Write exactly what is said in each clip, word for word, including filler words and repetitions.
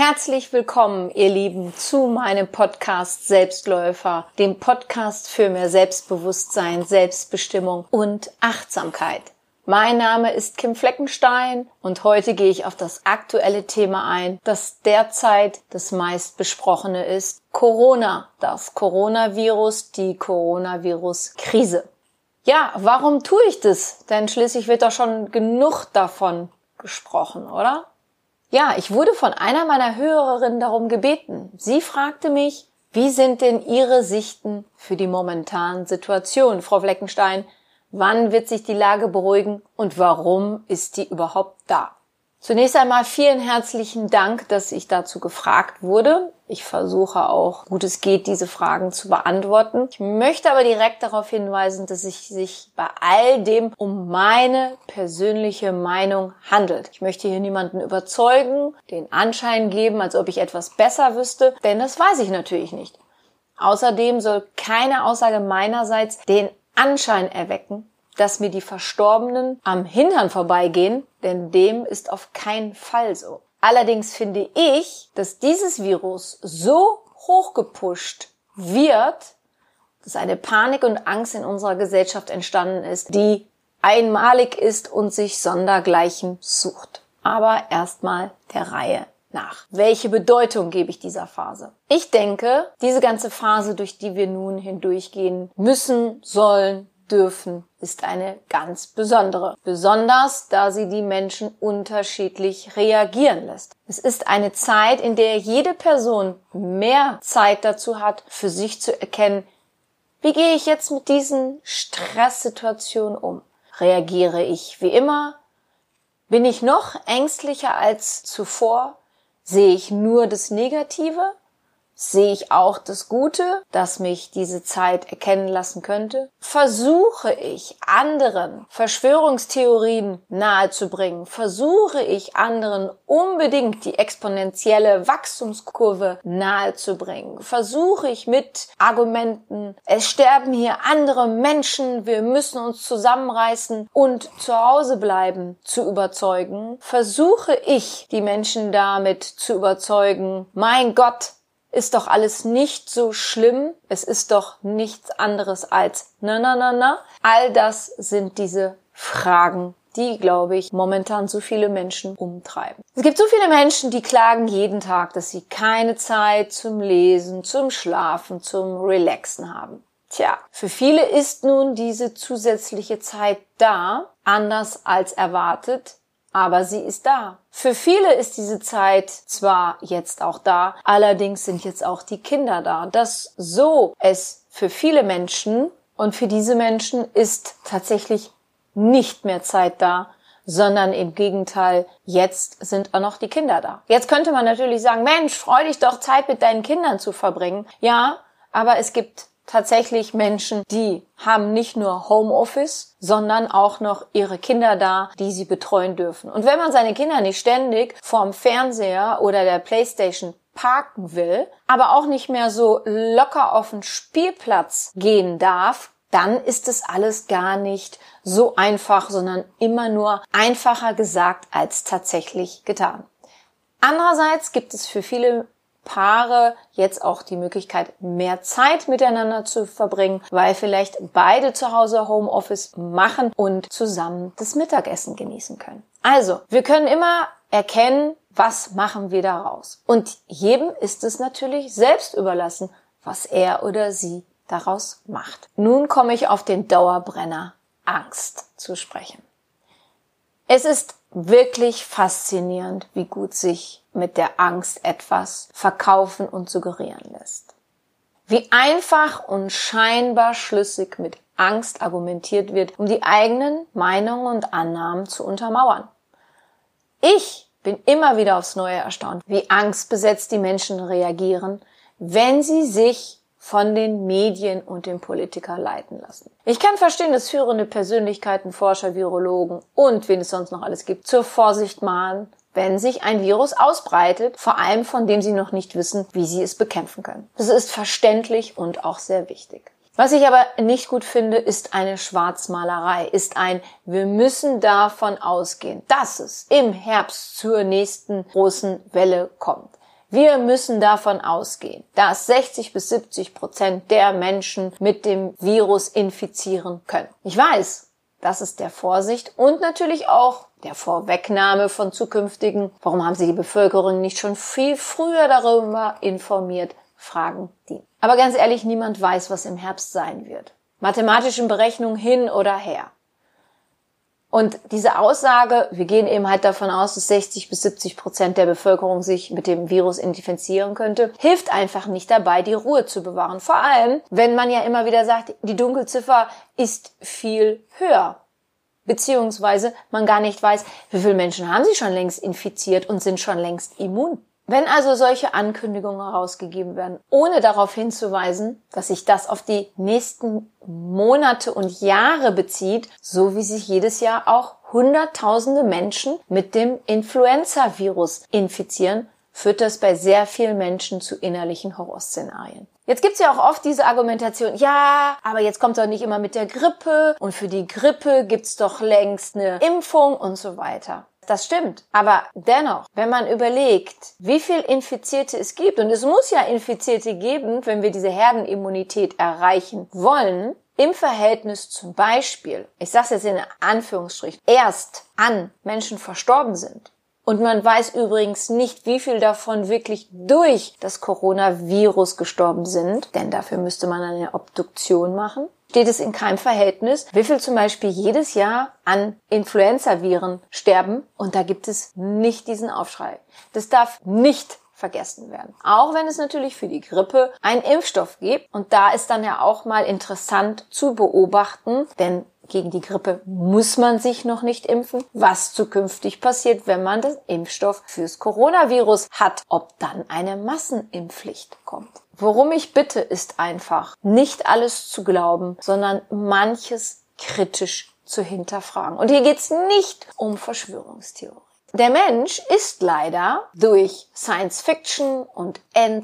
Herzlich willkommen, ihr Lieben, zu meinem Podcast Selbstläufer, dem Podcast für mehr Selbstbewusstsein, Selbstbestimmung und Achtsamkeit. Mein Name ist Kim Fleckenstein und heute gehe ich auf das aktuelle Thema ein, das derzeit das meist besprochene ist: Corona, das Coronavirus, die Coronavirus-Krise. Ja, warum tue ich das? Denn schließlich wird doch schon genug davon gesprochen, oder? Ja, ich wurde von einer meiner Hörerinnen darum gebeten. Sie fragte mich, wie sind denn Ihre Sichten für die momentane Situation, Frau Fleckenstein? Wann wird sich die Lage beruhigen und warum ist die überhaupt da? Zunächst einmal vielen herzlichen Dank, dass ich dazu gefragt wurde. Ich versuche auch, gut es geht, diese Fragen zu beantworten. Ich möchte aber direkt darauf hinweisen, dass es sich bei all dem um meine persönliche Meinung handelt. Ich möchte hier niemanden überzeugen, den Anschein geben, als ob ich etwas besser wüsste, denn das weiß ich natürlich nicht. Außerdem soll keine Aussage meinerseits den Anschein erwecken, dass mir die Verstorbenen am Hintern vorbeigehen, denn dem ist auf keinen Fall so. Allerdings finde ich, dass dieses Virus so hochgepusht wird, dass eine Panik und Angst in unserer Gesellschaft entstanden ist, die einmalig ist und sich sondergleichen sucht. Aber erstmal der Reihe nach. Welche Bedeutung gebe ich dieser Phase? Ich denke, diese ganze Phase, durch die wir nun hindurchgehen müssen, sollen, dürfen, ist eine ganz besondere. Besonders, da sie die Menschen unterschiedlich reagieren lässt. Es ist eine Zeit, in der jede Person mehr Zeit dazu hat, für sich zu erkennen, wie gehe ich jetzt mit diesen Stresssituationen um? Reagiere ich wie immer? Bin ich noch ängstlicher als zuvor? Sehe ich nur das Negative? Sehe ich auch das Gute, das mich diese Zeit erkennen lassen könnte? Versuche ich, anderen Verschwörungstheorien nahezubringen? Versuche ich, anderen unbedingt die exponentielle Wachstumskurve nahezubringen? Versuche ich mit Argumenten, es sterben hier andere Menschen, wir müssen uns zusammenreißen und zu Hause bleiben, zu überzeugen? Versuche ich, die Menschen damit zu überzeugen, mein Gott, ist doch alles nicht so schlimm, es ist doch nichts anderes als na na na na. All das sind diese Fragen, die, glaube ich, momentan so viele Menschen umtreiben. Es gibt so viele Menschen, die klagen jeden Tag, dass sie keine Zeit zum Lesen, zum Schlafen, zum Relaxen haben. Tja, für viele ist nun diese zusätzliche Zeit da, anders als erwartet, aber sie ist da. Für viele ist diese Zeit zwar jetzt auch da, allerdings sind jetzt auch die Kinder da. Dass so es für viele Menschen und für diese Menschen ist tatsächlich nicht mehr Zeit da, sondern im Gegenteil, jetzt sind auch noch die Kinder da. Jetzt könnte man natürlich sagen, Mensch, freu dich doch, Zeit mit deinen Kindern zu verbringen. Ja, aber es gibt tatsächlich Menschen, die haben nicht nur Homeoffice, sondern auch noch ihre Kinder da, die sie betreuen dürfen. Und wenn man seine Kinder nicht ständig vorm Fernseher oder der Playstation parken will, aber auch nicht mehr so locker auf den Spielplatz gehen darf, dann ist es alles gar nicht so einfach, sondern immer nur einfacher gesagt als tatsächlich getan. Andererseits gibt es für viele Paare jetzt auch die Möglichkeit, mehr Zeit miteinander zu verbringen, weil vielleicht beide zu Hause Homeoffice machen und zusammen das Mittagessen genießen können. Also, wir können immer erkennen, was machen wir daraus. Und jedem ist es natürlich selbst überlassen, was er oder sie daraus macht. Nun komme ich auf den Dauerbrenner Angst zu sprechen. Es ist wirklich faszinierend, wie gut sich mit der Angst etwas verkaufen und suggerieren lässt. Wie einfach und scheinbar schlüssig mit Angst argumentiert wird, um die eigenen Meinungen und Annahmen zu untermauern. Ich bin immer wieder aufs Neue erstaunt, wie angstbesetzt die Menschen reagieren, wenn sie sich von den Medien und den Politikern leiten lassen. Ich kann verstehen, dass führende Persönlichkeiten, Forscher, Virologen und wen es sonst noch alles gibt, zur Vorsicht mahnen, wenn sich ein Virus ausbreitet, vor allem von dem sie noch nicht wissen, wie sie es bekämpfen können. Das ist verständlich und auch sehr wichtig. Was ich aber nicht gut finde, ist eine Schwarzmalerei, ist ein, wir müssen davon ausgehen, dass es im Herbst zur nächsten großen Welle kommt. Wir müssen davon ausgehen, dass sechzig bis siebzig Prozent der Menschen mit dem Virus infizieren können. Ich weiß, das ist der Vorsicht und natürlich auch der Vorwegnahme von zukünftigen. Warum haben Sie die Bevölkerung nicht schon viel früher darüber informiert? Fragen die. Aber ganz ehrlich, niemand weiß, was im Herbst sein wird. Mathematischen Berechnungen hin oder her. Und diese Aussage, wir gehen eben halt davon aus, dass sechzig bis siebzig Prozent der Bevölkerung sich mit dem Virus infizieren könnte, hilft einfach nicht dabei, die Ruhe zu bewahren. Vor allem, wenn man ja immer wieder sagt, die Dunkelziffer ist viel höher. Beziehungsweise man gar nicht weiß, wie viele Menschen haben sie schon längst infiziert und sind schon längst immun. Wenn also solche Ankündigungen herausgegeben werden, ohne darauf hinzuweisen, dass sich das auf die nächsten Monate und Jahre bezieht, so wie sich jedes Jahr auch Hunderttausende Menschen mit dem Influenza-Virus infizieren, führt das bei sehr vielen Menschen zu innerlichen Horrorszenarien. Jetzt gibt's ja auch oft diese Argumentation, ja, aber jetzt kommt doch nicht immer mit der Grippe und für die Grippe gibt's doch längst eine Impfung und so weiter. Das stimmt. Aber dennoch, wenn man überlegt, wie viel Infizierte es gibt, und es muss ja Infizierte geben, wenn wir diese Herdenimmunität erreichen wollen, im Verhältnis zum Beispiel, ich sage es jetzt in Anführungsstrichen, erst an Menschen verstorben sind. Und man weiß übrigens nicht, wie viel davon wirklich durch das Coronavirus gestorben sind, denn dafür müsste man eine Obduktion machen. Steht es in keinem Verhältnis, wie viel zum Beispiel jedes Jahr an Influenzaviren sterben. Und da gibt es nicht diesen Aufschrei. Das darf nicht vergessen werden. Auch wenn es natürlich für die Grippe einen Impfstoff gibt. Und da ist dann ja auch mal interessant zu beobachten, denn gegen die Grippe muss man sich noch nicht impfen. Was zukünftig passiert, wenn man den Impfstoff fürs Coronavirus hat, ob dann eine Massenimpfpflicht kommt. Worum ich bitte, ist einfach, nicht alles zu glauben, sondern manches kritisch zu hinterfragen. Und hier geht's nicht um Verschwörungstheorie. Der Mensch ist leider durch Science-Fiction und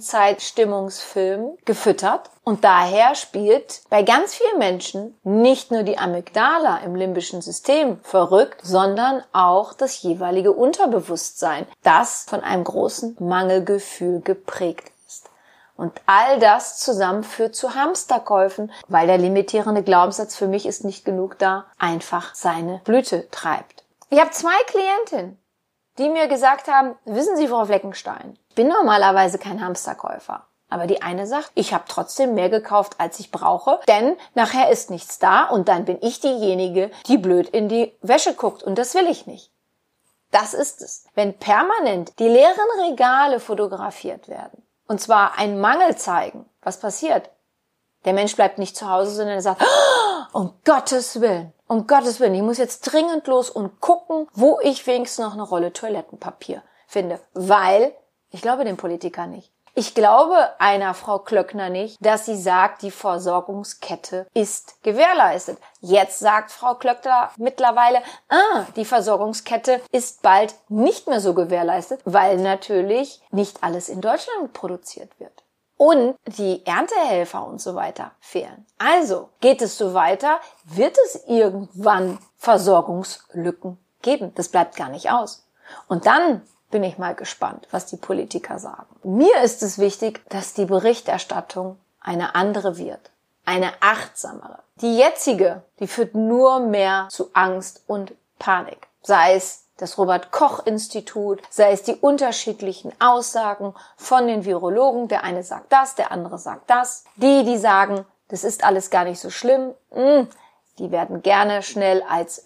Endzeit-Stimmungsfilm gefüttert und daher spielt bei ganz vielen Menschen nicht nur die Amygdala im limbischen System verrückt, sondern auch das jeweilige Unterbewusstsein, das von einem großen Mangelgefühl geprägt ist. Und all das zusammen führt zu Hamsterkäufen, weil der limitierende Glaubenssatz für mich ist nicht genug da, einfach seine Blüte treibt. Ich habe zwei Klientinnen, die mir gesagt haben, wissen Sie, Frau Fleckenstein, ich bin normalerweise kein Hamsterkäufer. Aber die eine sagt, ich habe trotzdem mehr gekauft, als ich brauche, denn nachher ist nichts da und dann bin ich diejenige, die blöd in die Wäsche guckt und das will ich nicht. Das ist es. Wenn permanent die leeren Regale fotografiert werden und zwar einen Mangel zeigen, was passiert? Der Mensch bleibt nicht zu Hause, sondern er sagt, oh, um Gottes Willen, um Gottes Willen, ich muss jetzt dringend los und gucken, wo ich wenigstens noch eine Rolle Toilettenpapier finde. Weil, ich glaube den Politikern nicht. Ich glaube einer Frau Klöckner nicht, dass sie sagt, die Versorgungskette ist gewährleistet. Jetzt sagt Frau Klöckner mittlerweile, ah, die Versorgungskette ist bald nicht mehr so gewährleistet, weil natürlich nicht alles in Deutschland produziert wird. Und die Erntehelfer und so weiter fehlen. Also geht es so weiter, wird es irgendwann Versorgungslücken geben. Das bleibt gar nicht aus. Und dann bin ich mal gespannt, was die Politiker sagen. Mir ist es wichtig, dass die Berichterstattung eine andere wird. Eine achtsamere. Die jetzige, die führt nur mehr zu Angst und Panik. Sei es das Robert-Koch-Institut, sei es die unterschiedlichen Aussagen von den Virologen. Der eine sagt das, der andere sagt das. Die, die sagen, das ist alles gar nicht so schlimm, die werden gerne schnell als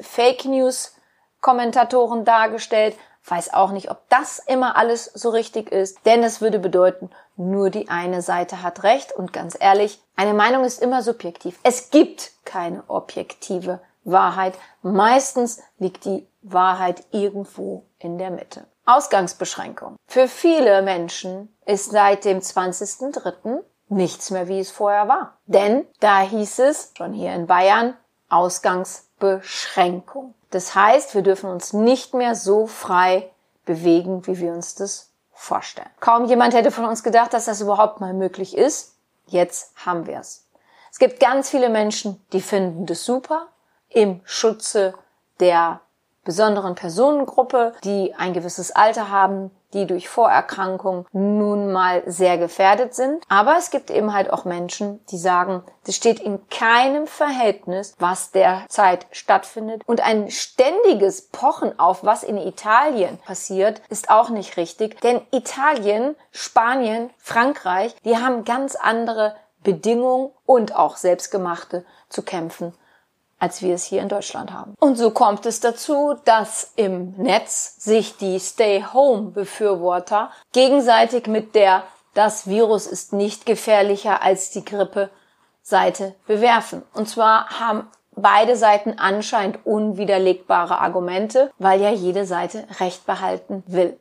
Fake-News-Kommentatoren dargestellt. Weiß auch nicht, ob das immer alles so richtig ist, denn es würde bedeuten, nur die eine Seite hat recht. Und ganz ehrlich, eine Meinung ist immer subjektiv. Es gibt keine objektive Wahrheit. Meistens liegt die Wahrheit irgendwo in der Mitte. Ausgangsbeschränkung. Für viele Menschen ist seit dem zwanzigsten dritten nichts mehr, wie es vorher war. Denn da hieß es, schon hier in Bayern, Ausgangsbeschränkung. Das heißt, wir dürfen uns nicht mehr so frei bewegen, wie wir uns das vorstellen. Kaum jemand hätte von uns gedacht, dass das überhaupt mal möglich ist. Jetzt haben wir es. Es gibt ganz viele Menschen, die finden das super, im Schutze der besonderen Personengruppe, die ein gewisses Alter haben, die durch Vorerkrankung nun mal sehr gefährdet sind. Aber es gibt eben halt auch Menschen, die sagen, das steht in keinem Verhältnis, was derzeit stattfindet. Und ein ständiges Pochen auf, was in Italien passiert, ist auch nicht richtig. Denn Italien, Spanien, Frankreich, die haben ganz andere Bedingungen und auch selbstgemachte zu kämpfen, als wir es hier in Deutschland haben. Und so kommt es dazu, dass im Netz sich die Stay-Home-Befürworter gegenseitig mit der "Das Virus ist nicht gefährlicher als die Grippe" Seite bewerfen. Und zwar haben beide Seiten anscheinend unwiderlegbare Argumente, weil ja jede Seite Recht behalten will.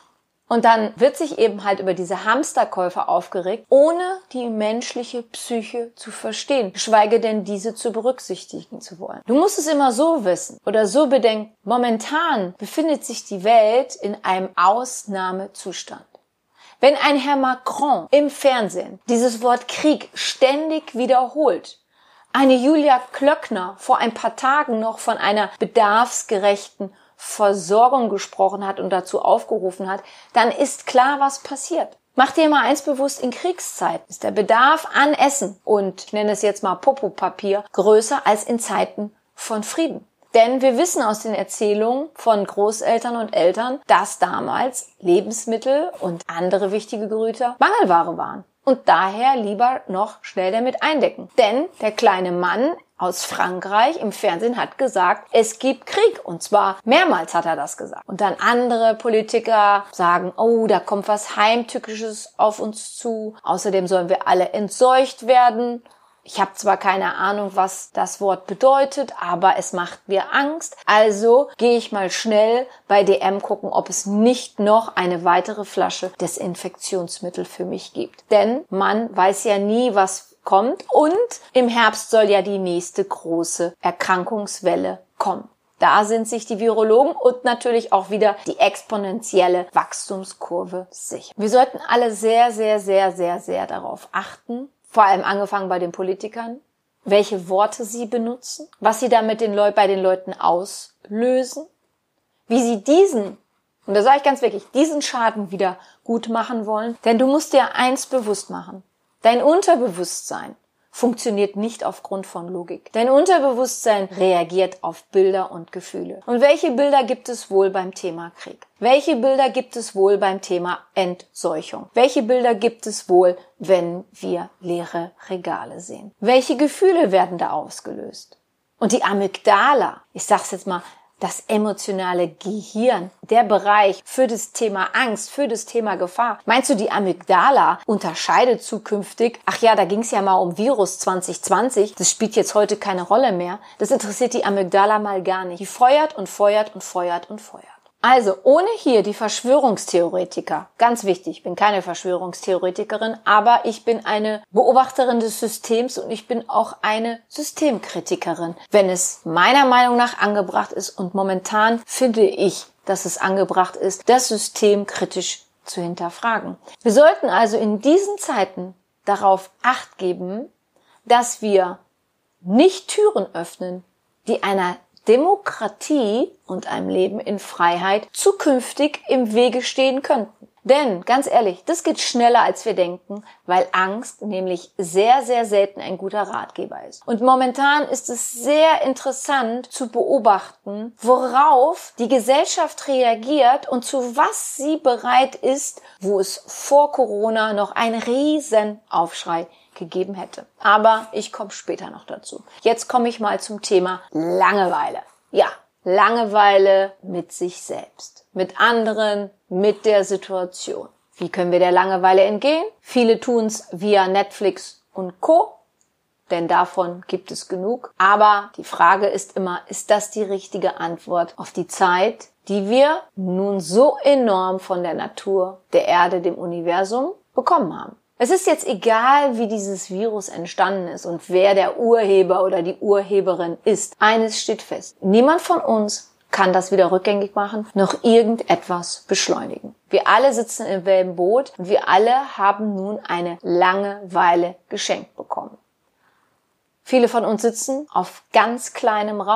Und dann wird sich eben halt über diese Hamsterkäufe aufgeregt, ohne die menschliche Psyche zu verstehen, geschweige denn diese zu berücksichtigen zu wollen. Du musst es immer so wissen oder so bedenken, momentan befindet sich die Welt in einem Ausnahmezustand. Wenn ein Herr Macron im Fernsehen dieses Wort Krieg ständig wiederholt, eine Julia Klöckner vor ein paar Tagen noch von einer bedarfsgerechten Versorgung gesprochen hat und dazu aufgerufen hat, dann ist klar, was passiert. Mach dir mal eins bewusst, in Kriegszeit ist der Bedarf an Essen und ich nenne es jetzt mal Popopapier größer als in Zeiten von Frieden. Denn wir wissen aus den Erzählungen von Großeltern und Eltern, dass damals Lebensmittel und andere wichtige Güter Mangelware waren. Und daher lieber noch schnell damit eindecken. Denn der kleine Mann aus Frankreich im Fernsehen hat gesagt, es gibt Krieg. Und zwar mehrmals hat er das gesagt. Und dann andere Politiker sagen, oh, da kommt was Heimtückisches auf uns zu. Außerdem sollen wir alle entseucht werden. Ich habe zwar keine Ahnung, was das Wort bedeutet, aber es macht mir Angst. Also gehe ich mal schnell bei D M gucken, ob es nicht noch eine weitere Flasche Desinfektionsmittel für mich gibt. Denn man weiß ja nie, was kommt. Und im Herbst soll ja die nächste große Erkrankungswelle kommen. Da sind sich die Virologen und natürlich auch wieder die exponentielle Wachstumskurve sicher. Wir sollten alle sehr, sehr, sehr, sehr, sehr darauf achten, vor allem angefangen bei den Politikern, welche Worte sie benutzen, was sie damit den Leu- bei den Leuten auslösen, wie sie diesen, und da sage ich ganz wirklich, diesen Schaden wieder gut machen wollen. Denn du musst dir eins bewusst machen. Dein Unterbewusstsein funktioniert nicht aufgrund von Logik. Dein Unterbewusstsein reagiert auf Bilder und Gefühle. Und welche Bilder gibt es wohl beim Thema Krieg? Welche Bilder gibt es wohl beim Thema Entseuchung? Welche Bilder gibt es wohl, wenn wir leere Regale sehen? Welche Gefühle werden da ausgelöst? Und die Amygdala, ich sag's jetzt mal, das emotionale Gehirn, der Bereich für das Thema Angst, für das Thema Gefahr. Meinst du, die Amygdala unterscheidet zukünftig, ach ja, da ging es ja mal um Virus zwanzig zwanzig, das spielt jetzt heute keine Rolle mehr. Das interessiert die Amygdala mal gar nicht. Die feuert und feuert und feuert und feuert. Also, ohne hier die Verschwörungstheoretiker, ganz wichtig, ich bin keine Verschwörungstheoretikerin, aber ich bin eine Beobachterin des Systems und ich bin auch eine Systemkritikerin, wenn es meiner Meinung nach angebracht ist. Und momentan finde ich, dass es angebracht ist, das System kritisch zu hinterfragen. Wir sollten also in diesen Zeiten darauf Acht geben, dass wir nicht Türen öffnen, die einer Demokratie und einem Leben in Freiheit zukünftig im Wege stehen könnten. Denn, ganz ehrlich, das geht schneller, als wir denken, weil Angst nämlich sehr, sehr selten ein guter Ratgeber ist. Und momentan ist es sehr interessant zu beobachten, worauf die Gesellschaft reagiert und zu was sie bereit ist, wo es vor Corona noch einen riesen Aufschrei gegeben hätte. Aber ich komme später noch dazu. Jetzt komme ich mal zum Thema Langeweile. Ja, Langeweile mit sich selbst, mit anderen, mit der Situation. Wie können wir der Langeweile entgehen? Viele tun's via Netflix und Co., denn davon gibt es genug. Aber die Frage ist immer, ist das die richtige Antwort auf die Zeit, die wir nun so enorm von der Natur, der Erde, dem Universum bekommen haben? Es ist jetzt egal, wie dieses Virus entstanden ist und wer der Urheber oder die Urheberin ist. Eines steht fest. Niemand von uns kann das wieder rückgängig machen, noch irgendetwas beschleunigen. Wir alle sitzen im selben Boot und wir alle haben nun eine Langeweile geschenkt bekommen. Viele von uns sitzen auf ganz kleinem Raum.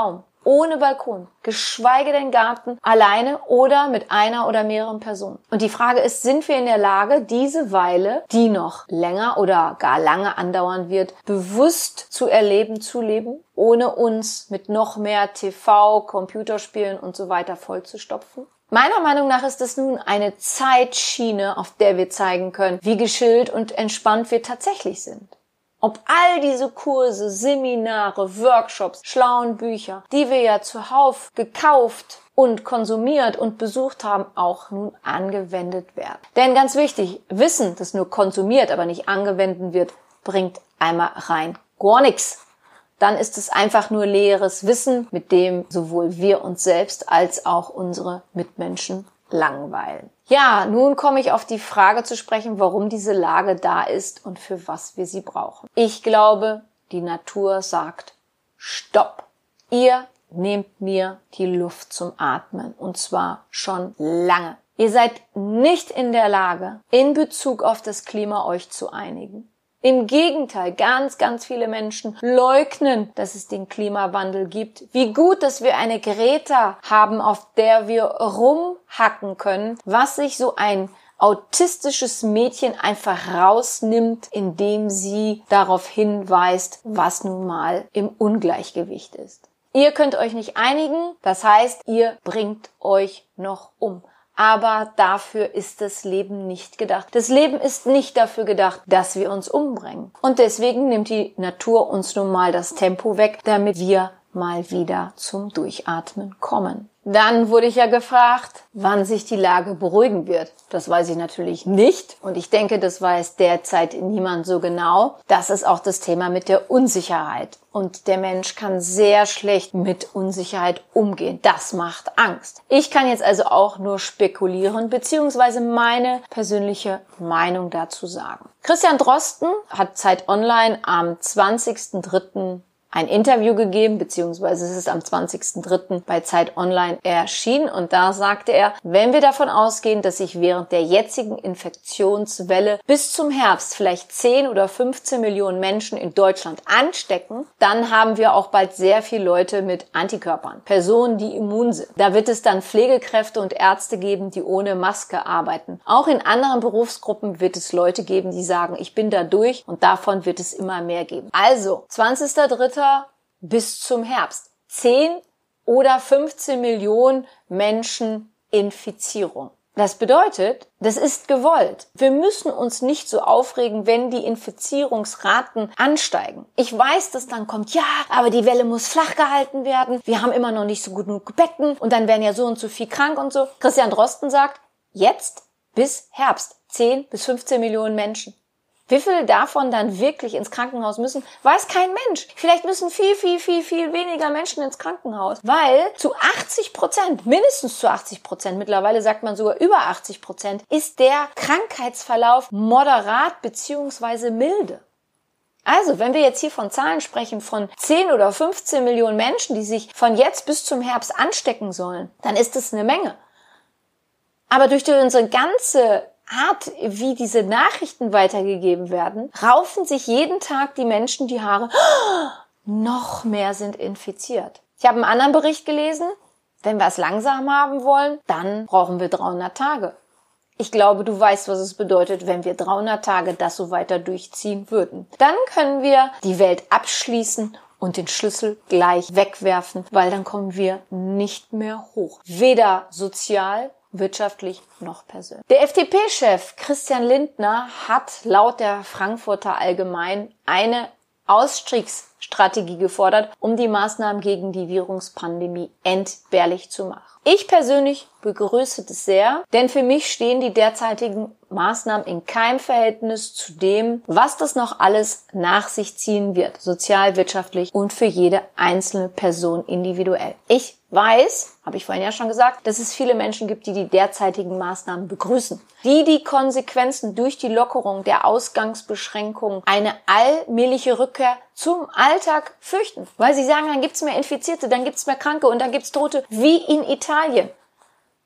ohne Balkon, geschweige denn Garten, alleine oder mit einer oder mehreren Personen. Und die Frage ist, sind wir in der Lage, diese Weile, die noch länger oder gar lange andauern wird, bewusst zu erleben, zu leben, ohne uns mit noch mehr T V, Computerspielen und so weiter vollzustopfen? Meiner Meinung nach ist es nun eine Zeitschiene, auf der wir zeigen können, wie geschillt und entspannt wir tatsächlich sind. Ob all diese Kurse, Seminare, Workshops, schlauen Bücher, die wir ja zuhauf gekauft und konsumiert und besucht haben, auch nun angewendet werden. Denn ganz wichtig, Wissen, das nur konsumiert, aber nicht angewendet wird, bringt einmal rein gar nichts. Dann ist es einfach nur leeres Wissen, mit dem sowohl wir uns selbst als auch unsere Mitmenschen langweilen. Ja, nun komme ich auf die Frage zu sprechen, warum diese Lage da ist und für was wir sie brauchen. Ich glaube, die Natur sagt, stopp. Ihr nehmt mir die Luft zum Atmen und zwar schon lange. Ihr seid nicht in der Lage, in Bezug auf das Klima euch zu einigen. Im Gegenteil, ganz, ganz viele Menschen leugnen, dass es den Klimawandel gibt. Wie gut, dass wir eine Greta haben, auf der wir rumhacken können, was sich so ein autistisches Mädchen einfach rausnimmt, indem sie darauf hinweist, was nun mal im Ungleichgewicht ist. Ihr könnt euch nicht einigen, das heißt, ihr bringt euch noch um. Aber dafür ist das Leben nicht gedacht. Das Leben ist nicht dafür gedacht, dass wir uns umbringen. Und deswegen nimmt die Natur uns nun mal das Tempo weg, damit wir mal wieder zum Durchatmen kommen. Dann wurde ich ja gefragt, wann sich die Lage beruhigen wird. Das weiß ich natürlich nicht. Und ich denke, das weiß derzeit niemand so genau. Das ist auch das Thema mit der Unsicherheit. Und der Mensch kann sehr schlecht mit Unsicherheit umgehen. Das macht Angst. Ich kann jetzt also auch nur spekulieren, beziehungsweise meine persönliche Meinung dazu sagen. Christian Drosten hat Zeit Online am zwanzigsten dritten ein Interview gegeben, beziehungsweise es ist am zwanzigsten dritten bei Zeit Online erschienen und da sagte er, wenn wir davon ausgehen, dass sich während der jetzigen Infektionswelle bis zum Herbst vielleicht zehn oder fünfzehn Millionen Menschen in Deutschland anstecken, dann haben wir auch bald sehr viele Leute mit Antikörpern, Personen, die immun sind. Da wird es dann Pflegekräfte und Ärzte geben, die ohne Maske arbeiten. Auch in anderen Berufsgruppen wird es Leute geben, die sagen, ich bin da durch und davon wird es immer mehr geben. Also, zwanzigster dritter bis zum Herbst. zehn oder fünfzehn Millionen Menschen Infizierung. Das bedeutet, das ist gewollt. Wir müssen uns nicht so aufregen, wenn die Infizierungsraten ansteigen. Ich weiß, dass dann kommt, ja, aber die Welle muss flach gehalten werden. Wir haben immer noch nicht so gut genug Betten und dann werden ja so und so viel krank und so. Christian Drosten sagt, jetzt bis Herbst zehn bis fünfzehn Millionen Menschen. Wie viele davon dann wirklich ins Krankenhaus müssen, weiß kein Mensch. Vielleicht müssen viel, viel, viel, viel weniger Menschen ins Krankenhaus, weil zu achtzig Prozent, mindestens zu achtzig Prozent, mittlerweile sagt man sogar über achtzig Prozent, ist der Krankheitsverlauf moderat beziehungsweise milde. Also, wenn wir jetzt hier von Zahlen sprechen von zehn oder fünfzehn Millionen Menschen, die sich von jetzt bis zum Herbst anstecken sollen, dann ist das eine Menge. Aber durch unsere ganze Art, wie diese Nachrichten weitergegeben werden, raufen sich jeden Tag die Menschen die Haare. Noch mehr sind infiziert. Ich habe einen anderen Bericht gelesen. Wenn wir es langsam haben wollen, dann brauchen wir dreihundert Tage. Ich glaube, du weißt, was es bedeutet, wenn wir dreihundert Tage das so weiter durchziehen würden. Dann können wir die Welt abschließen und den Schlüssel gleich wegwerfen, weil dann kommen wir nicht mehr hoch. Weder sozial, wirtschaftlich noch persönlich. Der F D P-Chef Christian Lindner hat laut der Frankfurter Allgemein eine Ausstiegsstrategie gefordert, um die Maßnahmen gegen die Virus-Pandemie entbehrlich zu machen. Ich persönlich begrüße das sehr, denn für mich stehen die derzeitigen Maßnahmen in keinem Verhältnis zu dem, was das noch alles nach sich ziehen wird, sozial, wirtschaftlich und für jede einzelne Person individuell. Ich weiß, habe ich vorhin ja schon gesagt, dass es viele Menschen gibt, die die derzeitigen Maßnahmen begrüßen, die die Konsequenzen durch die Lockerung der Ausgangsbeschränkungen, eine allmähliche Rückkehr zum Alltag fürchten, weil sie sagen, dann gibt's mehr Infizierte, dann gibt's mehr Kranke und dann gibt's Tote, wie in Italien.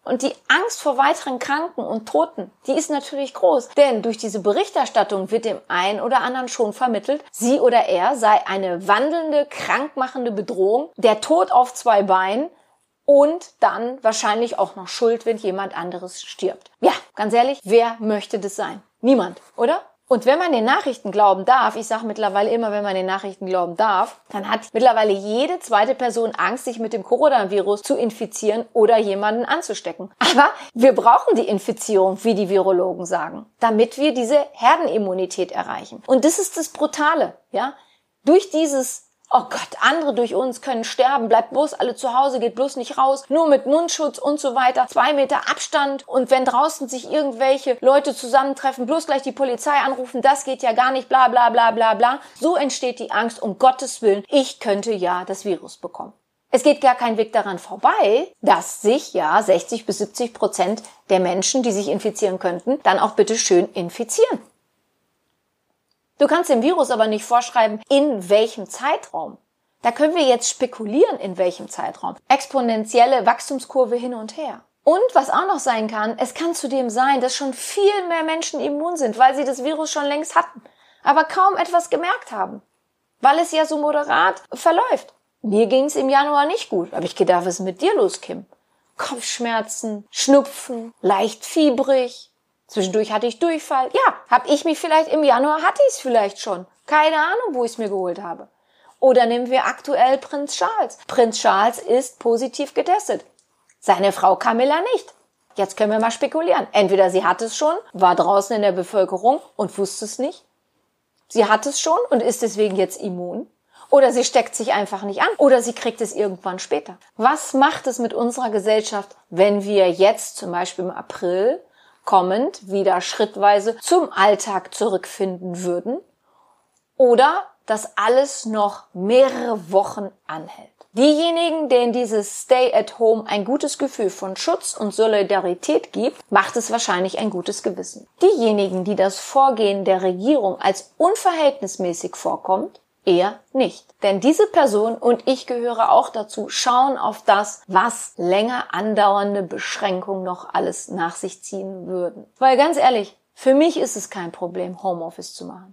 Und die Angst vor weiteren Kranken und Toten, die ist natürlich groß. Denn durch diese Berichterstattung wird dem einen oder anderen schon vermittelt, sie oder er sei eine wandelnde, krankmachende Bedrohung, der Tod auf zwei Beinen und dann wahrscheinlich auch noch schuld, wenn jemand anderes stirbt. Ja, ganz ehrlich, wer möchte das sein? Niemand, oder? Und wenn man den Nachrichten glauben darf, ich sage mittlerweile immer, wenn man den Nachrichten glauben darf, dann hat mittlerweile jede zweite Person Angst, sich mit dem Coronavirus zu infizieren oder jemanden anzustecken. Aber wir brauchen die Infizierung, wie die Virologen sagen, damit wir diese Herdenimmunität erreichen. Und das ist das Brutale, ja? Durch dieses oh Gott, andere durch uns können sterben, bleibt bloß alle zu Hause, geht bloß nicht raus, nur mit Mundschutz und so weiter, zwei Meter Abstand und wenn draußen sich irgendwelche Leute zusammentreffen, bloß gleich die Polizei anrufen, das geht ja gar nicht, bla bla bla bla bla. So entsteht die Angst, um Gottes Willen, ich könnte ja das Virus bekommen. Es geht gar kein Weg daran vorbei, dass sich ja sechzig bis siebzig Prozent der Menschen, die sich infizieren könnten, dann auch bitte schön infizieren. Du kannst dem Virus aber nicht vorschreiben, in welchem Zeitraum. Da können wir jetzt spekulieren, in welchem Zeitraum. Exponentielle Wachstumskurve hin und her. Und was auch noch sein kann, es kann zudem sein, dass schon viel mehr Menschen immun sind, weil sie das Virus schon längst hatten, aber kaum etwas gemerkt haben, weil es ja so moderat verläuft. Mir ging es im Januar nicht gut. Hab ich gedacht, was ist mit dir los, Kim? Kopfschmerzen, Schnupfen, leicht fiebrig. Zwischendurch hatte ich Durchfall. Ja, habe ich mich vielleicht im Januar, hatte ich es vielleicht schon. Keine Ahnung, wo ich es mir geholt habe. Oder nehmen wir aktuell Prinz Charles. Prinz Charles ist positiv getestet. Seine Frau Camilla nicht. Jetzt können wir mal spekulieren. Entweder sie hat es schon, war draußen in der Bevölkerung und wusste es nicht. Sie hat es schon und ist deswegen jetzt immun. Oder sie steckt sich einfach nicht an. Oder sie kriegt es irgendwann später. Was macht es mit unserer Gesellschaft, wenn wir jetzt zum Beispiel im April kommend wieder schrittweise zum Alltag zurückfinden würden oder das alles noch mehrere Wochen anhält. Diejenigen, denen dieses Stay at Home ein gutes Gefühl von Schutz und Solidarität gibt, macht es wahrscheinlich ein gutes Gewissen. Diejenigen, die das Vorgehen der Regierung als unverhältnismäßig vorkommt, eher nicht. Denn diese Person, und ich gehöre auch dazu, schauen auf das, was länger andauernde Beschränkungen noch alles nach sich ziehen würden. Weil ganz ehrlich, für mich ist es kein Problem, Homeoffice zu machen.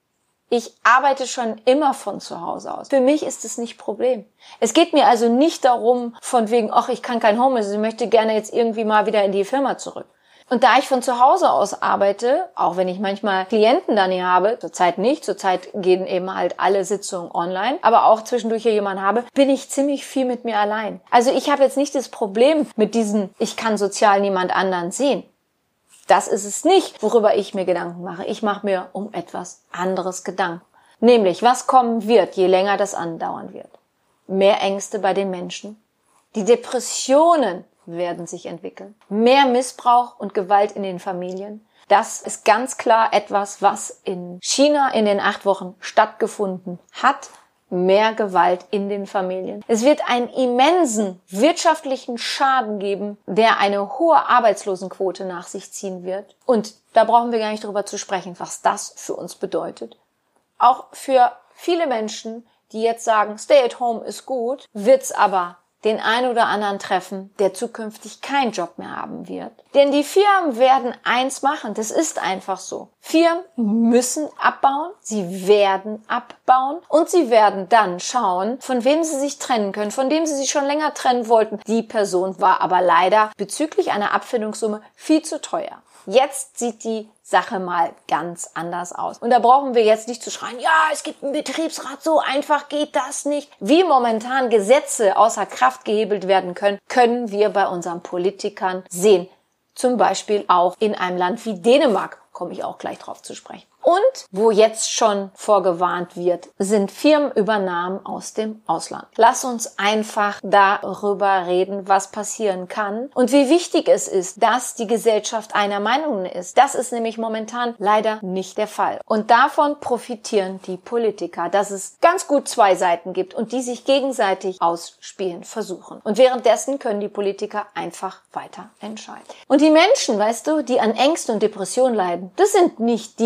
Ich arbeite schon immer von zu Hause aus. Für mich ist es nicht Problem. Es geht mir also nicht darum, von wegen, ach, ich kann kein Homeoffice, ich möchte gerne jetzt irgendwie mal wieder in die Firma zurück. Und da ich von zu Hause aus arbeite, auch wenn ich manchmal Klienten dann hier habe, zurzeit nicht, zurzeit gehen eben halt alle Sitzungen online, aber auch zwischendurch hier jemanden habe, bin ich ziemlich viel mit mir allein. Also ich habe jetzt nicht das Problem mit diesem, ich kann sozial niemand anderen sehen. Das ist es nicht, worüber ich mir Gedanken mache. Ich mache mir um etwas anderes Gedanken. Nämlich, was kommen wird, je länger das andauern wird. Mehr Ängste bei den Menschen. Die Depressionen werden sich entwickeln. Mehr Missbrauch und Gewalt in den Familien. Das ist ganz klar etwas, was in China in den acht Wochen stattgefunden hat. Mehr Gewalt in den Familien. Es wird einen immensen wirtschaftlichen Schaden geben, der eine hohe Arbeitslosenquote nach sich ziehen wird. Und da brauchen wir gar nicht drüber zu sprechen, was das für uns bedeutet. Auch für viele Menschen, die jetzt sagen, Stay at Home ist gut, wird's aber den einen oder anderen treffen, der zukünftig keinen Job mehr haben wird. Denn die Firmen werden eins machen, das ist einfach so. Firmen müssen abbauen, sie werden abbauen und sie werden dann schauen, von wem sie sich trennen können, von dem sie sich schon länger trennen wollten. Die Person war aber leider bezüglich einer Abfindungssumme viel zu teuer. Jetzt sieht die Sache mal ganz anders aus. Und da brauchen wir jetzt nicht zu schreien, ja, es gibt einen Betriebsrat, so einfach geht das nicht. Wie momentan Gesetze außer Kraft gehebelt werden können, können wir bei unseren Politikern sehen. Zum Beispiel auch in einem Land wie Dänemark, komme ich auch gleich drauf zu sprechen. Und wo jetzt schon vorgewarnt wird, sind Firmenübernahmen aus dem Ausland. Lass uns einfach darüber reden, was passieren kann und wie wichtig es ist, dass die Gesellschaft einer Meinung ist. Das ist nämlich momentan leider nicht der Fall. Und davon profitieren die Politiker, dass es ganz gut zwei Seiten gibt und die sich gegenseitig ausspielen versuchen. Und währenddessen können die Politiker einfach weiter entscheiden. Und die Menschen, weißt du, die an Ängsten und Depressionen leiden, das sind nicht diejenigen,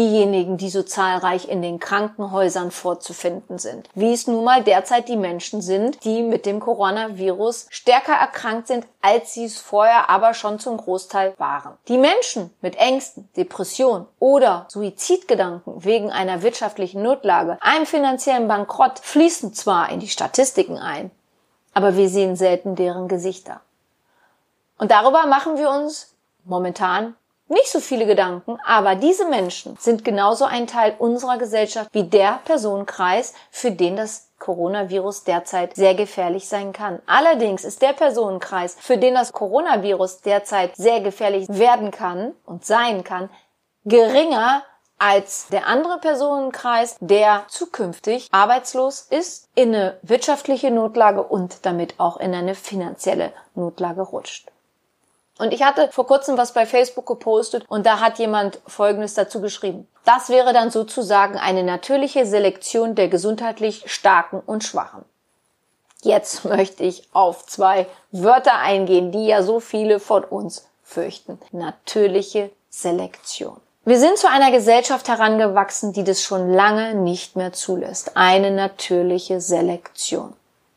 diejenigen, die so zahlreich in den Krankenhäusern vorzufinden sind. Wie es nun mal derzeit die Menschen sind, die mit dem Coronavirus stärker erkrankt sind, als sie es vorher aber schon zum Großteil waren. Die Menschen mit Ängsten, Depressionen oder Suizidgedanken wegen einer wirtschaftlichen Notlage, einem finanziellen Bankrott fließen zwar in die Statistiken ein, aber wir sehen selten deren Gesichter. Und darüber machen wir uns momentan nicht so viele Gedanken, aber diese Menschen sind genauso ein Teil unserer Gesellschaft wie der Personenkreis, für den das Coronavirus derzeit sehr gefährlich sein kann. Allerdings ist der Personenkreis, für den das Coronavirus derzeit sehr gefährlich werden kann und sein kann, geringer als der andere Personenkreis, der zukünftig arbeitslos ist, in eine wirtschaftliche Notlage und damit auch in eine finanzielle Notlage rutscht. Und ich hatte vor kurzem was bei Facebook gepostet und da hat jemand Folgendes dazu geschrieben. Das wäre dann sozusagen eine natürliche Selektion der gesundheitlich Starken und Schwachen. Jetzt möchte ich auf zwei Wörter eingehen, die ja so viele von uns fürchten. Natürliche Selektion. Wir sind zu einer Gesellschaft herangewachsen, die das schon lange nicht mehr zulässt. Eine natürliche Selektion.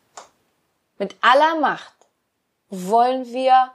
Mit aller Macht wollen wir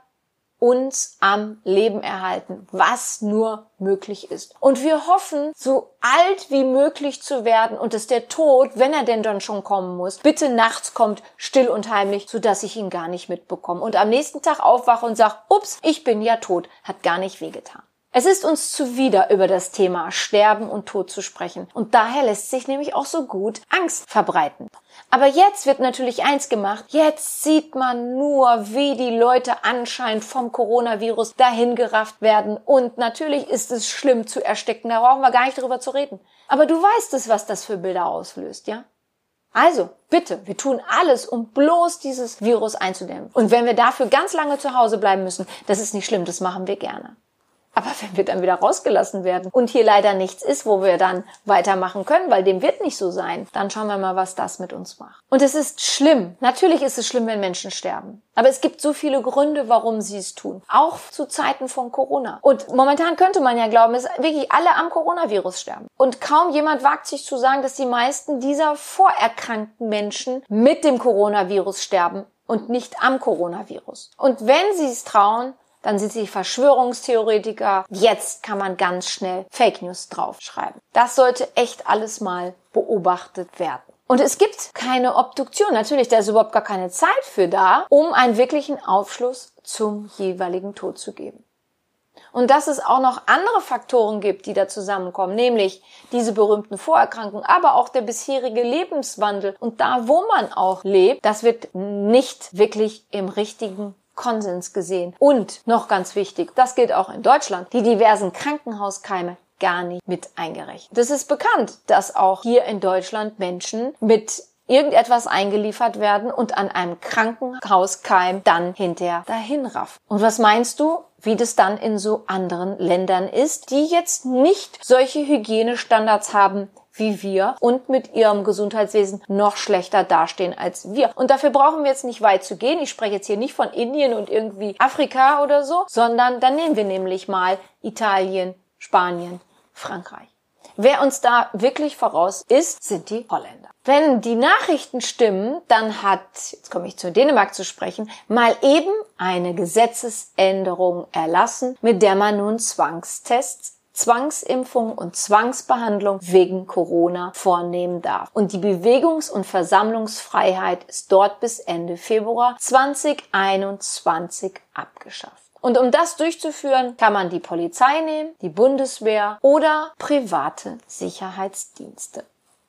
uns am Leben erhalten, was nur möglich ist. Und wir hoffen, so alt wie möglich zu werden und dass der Tod, wenn er denn dann schon kommen muss, bitte nachts kommt, still und heimlich, sodass ich ihn gar nicht mitbekomme. Und am nächsten Tag aufwache und sage, ups, ich bin ja tot, hat gar nicht wehgetan. Es ist uns zuwider, über das Thema Sterben und Tod zu sprechen. Und daher lässt sich nämlich auch so gut Angst verbreiten. Aber jetzt wird natürlich eins gemacht. Jetzt sieht man nur, wie die Leute anscheinend vom Coronavirus dahingerafft werden. Und natürlich ist es schlimm zu ersticken. Da brauchen wir gar nicht drüber zu reden. Aber du weißt es, was das für Bilder auslöst, ja? Also, bitte, wir tun alles, um bloß dieses Virus einzudämmen. Und wenn wir dafür ganz lange zu Hause bleiben müssen, das ist nicht schlimm, das machen wir gerne. Aber wenn wir dann wieder rausgelassen werden und hier leider nichts ist, wo wir dann weitermachen können, weil dem wird nicht so sein, dann schauen wir mal, was das mit uns macht. Und es ist schlimm. Natürlich ist es schlimm, wenn Menschen sterben. Aber es gibt so viele Gründe, warum sie es tun. Auch zu Zeiten von Corona. Und momentan könnte man ja glauben, dass wirklich alle am Coronavirus sterben. Und kaum jemand wagt sich zu sagen, dass die meisten dieser vorerkrankten Menschen mit dem Coronavirus sterben und nicht am Coronavirus. Und wenn sie es trauen, dann sind sie Verschwörungstheoretiker. Jetzt kann man ganz schnell Fake News draufschreiben. Das sollte echt alles mal beobachtet werden. Und es gibt keine Obduktion. Natürlich, da ist überhaupt gar keine Zeit für da, um einen wirklichen Aufschluss zum jeweiligen Tod zu geben. Und dass es auch noch andere Faktoren gibt, die da zusammenkommen, nämlich diese berühmten Vorerkrankungen, aber auch der bisherige Lebenswandel. Und da, wo man auch lebt, das wird nicht wirklich im richtigen Konsens gesehen. Und noch ganz wichtig, das gilt auch in Deutschland, die diversen Krankenhauskeime gar nicht mit eingerechnet. Das ist bekannt, dass auch hier in Deutschland Menschen mit irgendetwas eingeliefert werden und an einem Krankenhauskeim dann hinterher dahin raffen. Und was meinst du, wie das dann in so anderen Ländern ist, die jetzt nicht solche Hygienestandards haben wie wir und mit ihrem Gesundheitswesen noch schlechter dastehen als wir. Und dafür brauchen wir jetzt nicht weit zu gehen. Ich spreche jetzt hier nicht von Indien und irgendwie Afrika oder so, sondern dann nehmen wir nämlich mal Italien, Spanien, Frankreich. Wer uns da wirklich voraus ist, sind die Holländer. Wenn die Nachrichten stimmen, dann hat, jetzt komme ich zu Dänemark zu sprechen, mal eben eine Gesetzesänderung erlassen, mit der man nun Zwangstests, Zwangsimpfung und Zwangsbehandlung wegen Corona vornehmen darf. Und die Bewegungs- und Versammlungsfreiheit ist dort bis Ende Februar zweitausendeinundzwanzig abgeschafft. Und um das durchzuführen, kann man die Polizei nehmen, die Bundeswehr oder private Sicherheitsdienste.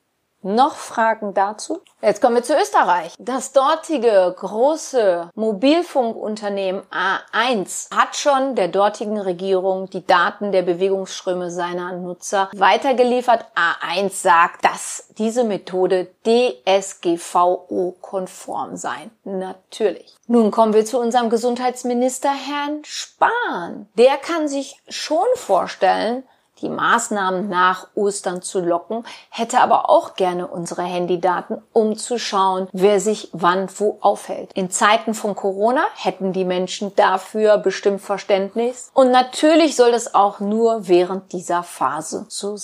Noch Fragen dazu? Jetzt kommen wir zu Österreich. Das dortige große Mobilfunkunternehmen A eins hat schon der dortigen Regierung die Daten der Bewegungsströme seiner Nutzer weitergeliefert. A eins sagt, dass diese Methode D S G V O-konform sei. Natürlich. Nun kommen wir zu unserem Gesundheitsminister Herrn Spahn. Der kann sich schon vorstellen, die Maßnahmen nach Ostern zu locken, hätte aber auch gerne unsere Handydaten, um zu schauen, wer sich wann wo aufhält. In Zeiten von Corona hätten die Menschen dafür bestimmt Verständnis. Und natürlich soll das auch nur während dieser Phase so sein.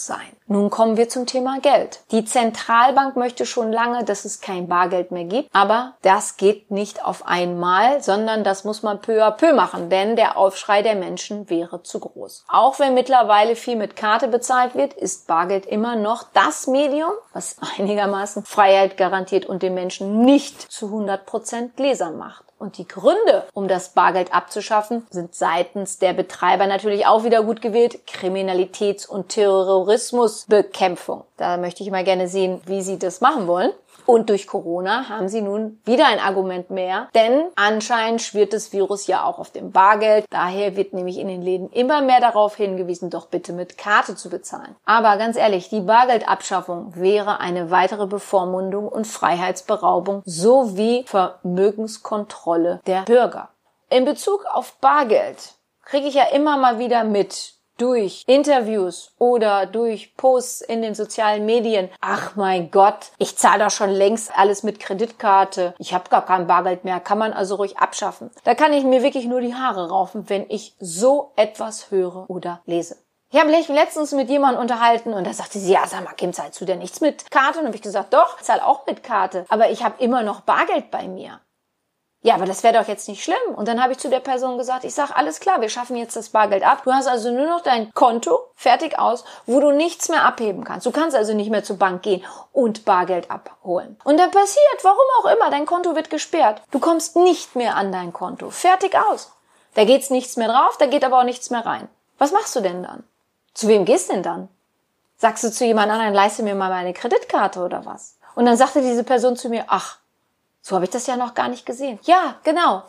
Nun kommen wir zum Thema Geld. Die Zentralbank möchte schon lange, dass es kein Bargeld mehr gibt, aber das geht nicht auf einmal, sondern das muss man peu à peu machen, denn der Aufschrei der Menschen wäre zu groß. Auch wenn mittlerweile viel mit Karte bezahlt wird, ist Bargeld immer noch das Medium, was einigermaßen Freiheit garantiert und den Menschen nicht zu hundert Prozent gläsern macht. Und die Gründe, um das Bargeld abzuschaffen, sind seitens der Betreiber natürlich auch wieder gut gewählt. Kriminalitäts- und Terrorismusbekämpfung. Da möchte ich mal gerne sehen, wie sie das machen wollen. Und durch Corona haben sie nun wieder ein Argument mehr, denn anscheinend schwirrt das Virus ja auch auf dem Bargeld. Daher wird nämlich in den Läden immer mehr darauf hingewiesen, doch bitte mit Karte zu bezahlen. Aber ganz ehrlich, die Bargeldabschaffung wäre eine weitere Bevormundung und Freiheitsberaubung sowie Vermögenskontrolle der Bürger. In Bezug auf Bargeld kriege ich ja immer mal wieder mit, durch Interviews oder durch Posts in den sozialen Medien. Ach mein Gott, ich zahle doch schon längst alles mit Kreditkarte. Ich habe gar kein Bargeld mehr, kann man also ruhig abschaffen. Da kann ich mir wirklich nur die Haare raufen, wenn ich so etwas höre oder lese. Ich habe mich letztens mit jemandem unterhalten und da sagte sie, ja, sag mal, Kim, zahlst du denn nichts mit Karte? Und dann habe ich gesagt, doch, ich zahle auch mit Karte, aber ich habe immer noch Bargeld bei mir. Ja, aber das wäre doch jetzt nicht schlimm. Und dann habe ich zu der Person gesagt, ich sage, alles klar, wir schaffen jetzt das Bargeld ab. Du hast also nur noch dein Konto, fertig aus, wo du nichts mehr abheben kannst. Du kannst also nicht mehr zur Bank gehen und Bargeld abholen. Und dann passiert, warum auch immer, dein Konto wird gesperrt. Du kommst nicht mehr an dein Konto. Fertig aus. Da geht's nichts mehr drauf, da geht aber auch nichts mehr rein. Was machst du denn dann? Zu wem gehst du denn dann? Sagst du zu jemand anderem, leiste mir mal meine Kreditkarte oder was? Und dann sagte diese Person zu mir, ach, so habe ich das ja noch gar nicht gesehen. Ja, genau.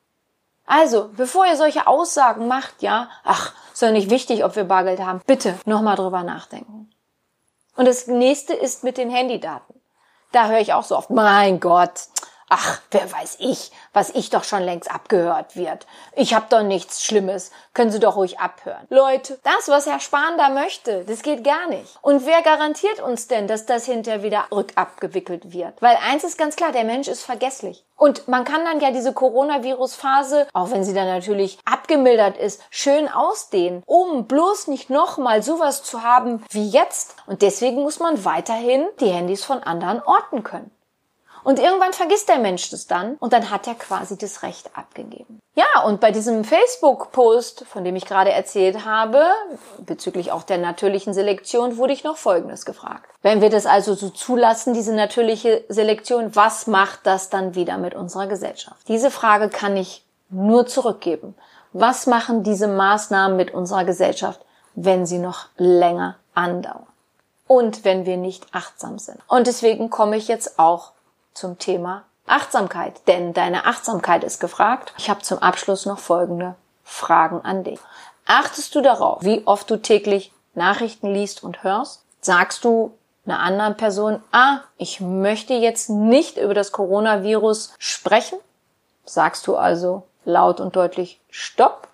Also, bevor ihr solche Aussagen macht, ja, ach, ist doch nicht wichtig, ob wir Bargeld haben, bitte nochmal drüber nachdenken. Und das nächste ist mit den Handydaten. Da höre ich auch so oft, mein Gott, ach, wer weiß ich, was ich doch schon längst abgehört wird. Ich habe doch nichts Schlimmes, können Sie doch ruhig abhören. Leute, das, was Herr Spahn da möchte, das geht gar nicht. Und wer garantiert uns denn, dass das hinterher wieder rückabgewickelt wird? Weil eins ist ganz klar, der Mensch ist vergesslich. Und man kann dann ja diese Coronavirus-Phase, auch wenn sie dann natürlich abgemildert ist, schön ausdehnen, um bloß nicht nochmal sowas zu haben wie jetzt. Und deswegen muss man weiterhin die Handys von anderen orten können. Und irgendwann vergisst der Mensch das dann und dann hat er quasi das Recht abgegeben. Ja, und bei diesem Facebook-Post, von dem ich gerade erzählt habe, bezüglich auch der natürlichen Selektion, wurde ich noch Folgendes gefragt. Wenn wir das also so zulassen, diese natürliche Selektion, was macht das dann wieder mit unserer Gesellschaft? Diese Frage kann ich nur zurückgeben. Was machen diese Maßnahmen mit unserer Gesellschaft, wenn sie noch länger andauern? Und wenn wir nicht achtsam sind? Und deswegen komme ich jetzt auch zum Thema Achtsamkeit, denn deine Achtsamkeit ist gefragt. Ich habe zum Abschluss noch folgende Fragen an dich. Achtest du darauf, wie oft du täglich Nachrichten liest und hörst? Sagst du einer anderen Person, ah, ich möchte jetzt nicht über das Coronavirus sprechen? Sagst du also laut und deutlich Stopp?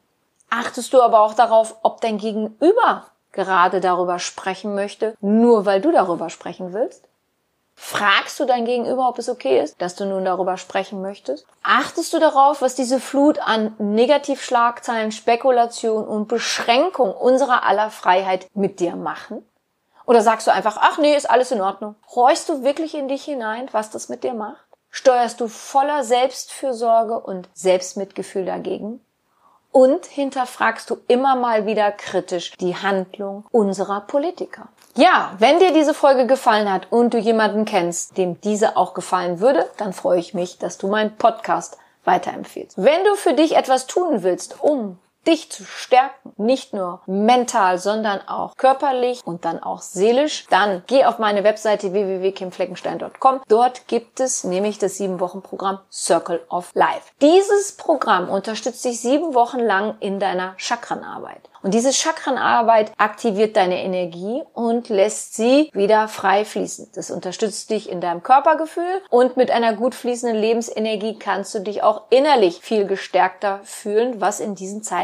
Achtest du aber auch darauf, ob dein Gegenüber gerade darüber sprechen möchte, nur weil du darüber sprechen willst? Fragst du dein Gegenüber, ob es okay ist, dass du nun darüber sprechen möchtest? Achtest du darauf, was diese Flut an Negativschlagzeilen, Spekulation und Beschränkung unserer aller Freiheit mit dir machen? Oder sagst du einfach, ach nee, ist alles in Ordnung? Horchst du wirklich in dich hinein, was das mit dir macht? Steuerst du voller Selbstfürsorge und Selbstmitgefühl dagegen? Und hinterfragst du immer mal wieder kritisch die Handlung unserer Politiker? Ja, wenn dir diese Folge gefallen hat und du jemanden kennst, dem diese auch gefallen würde, dann freue ich mich, dass du meinen Podcast weiterempfehlst. Wenn du für dich etwas tun willst, um dich zu stärken, nicht nur mental, sondern auch körperlich und dann auch seelisch, dann geh auf meine Webseite w w w punkt kim fleckenstein punkt com. Dort gibt es nämlich das sieben Wochen Programm Circle of Life. Dieses Programm unterstützt dich sieben Wochen lang in deiner Chakrenarbeit. Und diese Chakrenarbeit aktiviert deine Energie und lässt sie wieder frei fließen. Das unterstützt dich in deinem Körpergefühl und mit einer gut fließenden Lebensenergie kannst du dich auch innerlich viel gestärkter fühlen, was in diesen Zeiten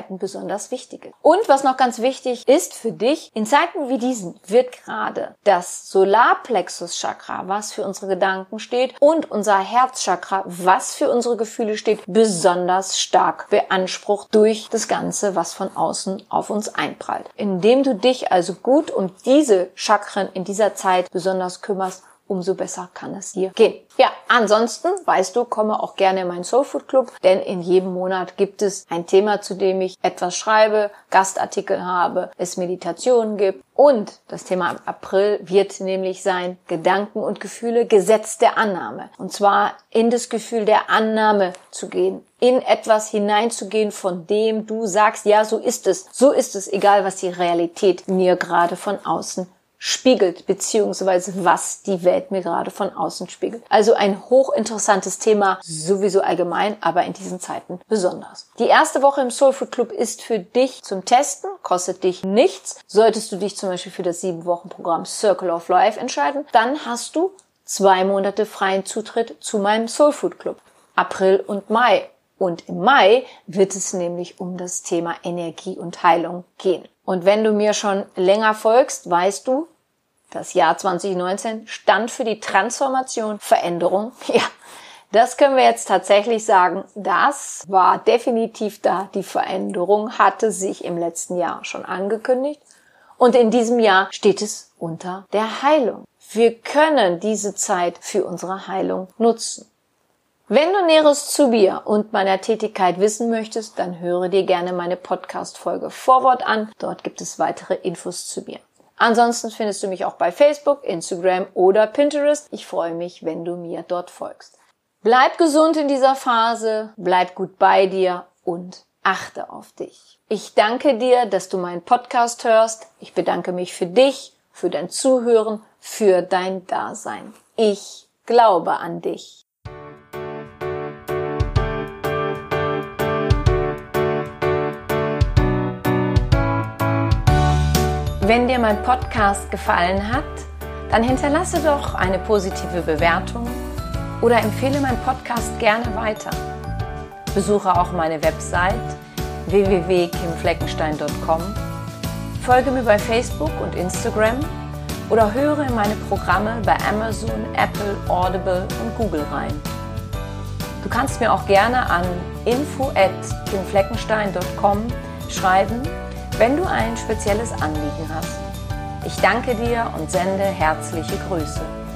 Zeiten besonders wichtig ist. Und was noch ganz wichtig ist für dich, in Zeiten wie diesen wird gerade das Solarplexus-Chakra, was für unsere Gedanken steht, und unser Herzchakra, was für unsere Gefühle steht, besonders stark beansprucht durch das Ganze, was von außen auf uns einprallt. Indem du dich also gut um diese Chakren in dieser Zeit besonders kümmerst, umso besser kann es dir gehen. Ja, ansonsten, weißt du, komme auch gerne in meinen Soulfood Club, denn in jedem Monat gibt es ein Thema, zu dem ich etwas schreibe, Gastartikel habe, es Meditationen gibt. Und das Thema im April wird nämlich sein Gedanken und Gefühle, Gesetz der Annahme. Und zwar in das Gefühl der Annahme zu gehen, in etwas hineinzugehen, von dem du sagst, ja, so ist es, so ist es, egal was die Realität mir gerade von außen spiegelt, beziehungsweise was die Welt mir gerade von außen spiegelt. Also ein hochinteressantes Thema, sowieso allgemein, aber in diesen Zeiten besonders. Die erste Woche im Soulfood Club ist für dich zum Testen, kostet dich nichts. Solltest du dich zum Beispiel für das sieben Wochen Programm Circle of Life entscheiden, dann hast du zwei Monate freien Zutritt zu meinem Soulfood Club. April und Mai. Und im Mai wird es nämlich um das Thema Energie und Heilung gehen. Und wenn du mir schon länger folgst, weißt du, das Jahr zwanzig neunzehn stand für die Transformation, Veränderung. Ja, das können wir jetzt tatsächlich sagen. Das war definitiv da. Die Veränderung hatte sich im letzten Jahr schon angekündigt. Und in diesem Jahr steht es unter der Heilung. Wir können diese Zeit für unsere Heilung nutzen. Wenn du Näheres zu mir und meiner Tätigkeit wissen möchtest, dann höre dir gerne meine Podcast-Folge Vorwort an. Dort gibt es weitere Infos zu mir. Ansonsten findest du mich auch bei Facebook, Instagram oder Pinterest. Ich freue mich, wenn du mir dort folgst. Bleib gesund in dieser Phase, bleib gut bei dir und achte auf dich. Ich danke dir, dass du meinen Podcast hörst. Ich bedanke mich für dich, für dein Zuhören, für dein Dasein. Ich glaube an dich. Wenn dir mein Podcast gefallen hat, dann hinterlasse doch eine positive Bewertung oder empfehle meinen Podcast gerne weiter. Besuche auch meine Website w w w punkt kim fleckenstein punkt com, folge mir bei Facebook und Instagram oder höre in meine Programme bei Amazon, Apple, Audible und Google rein. Du kannst mir auch gerne an info at kim fleckenstein punkt com schreiben, wenn du ein spezielles Anliegen hast. Ich danke dir und sende herzliche Grüße.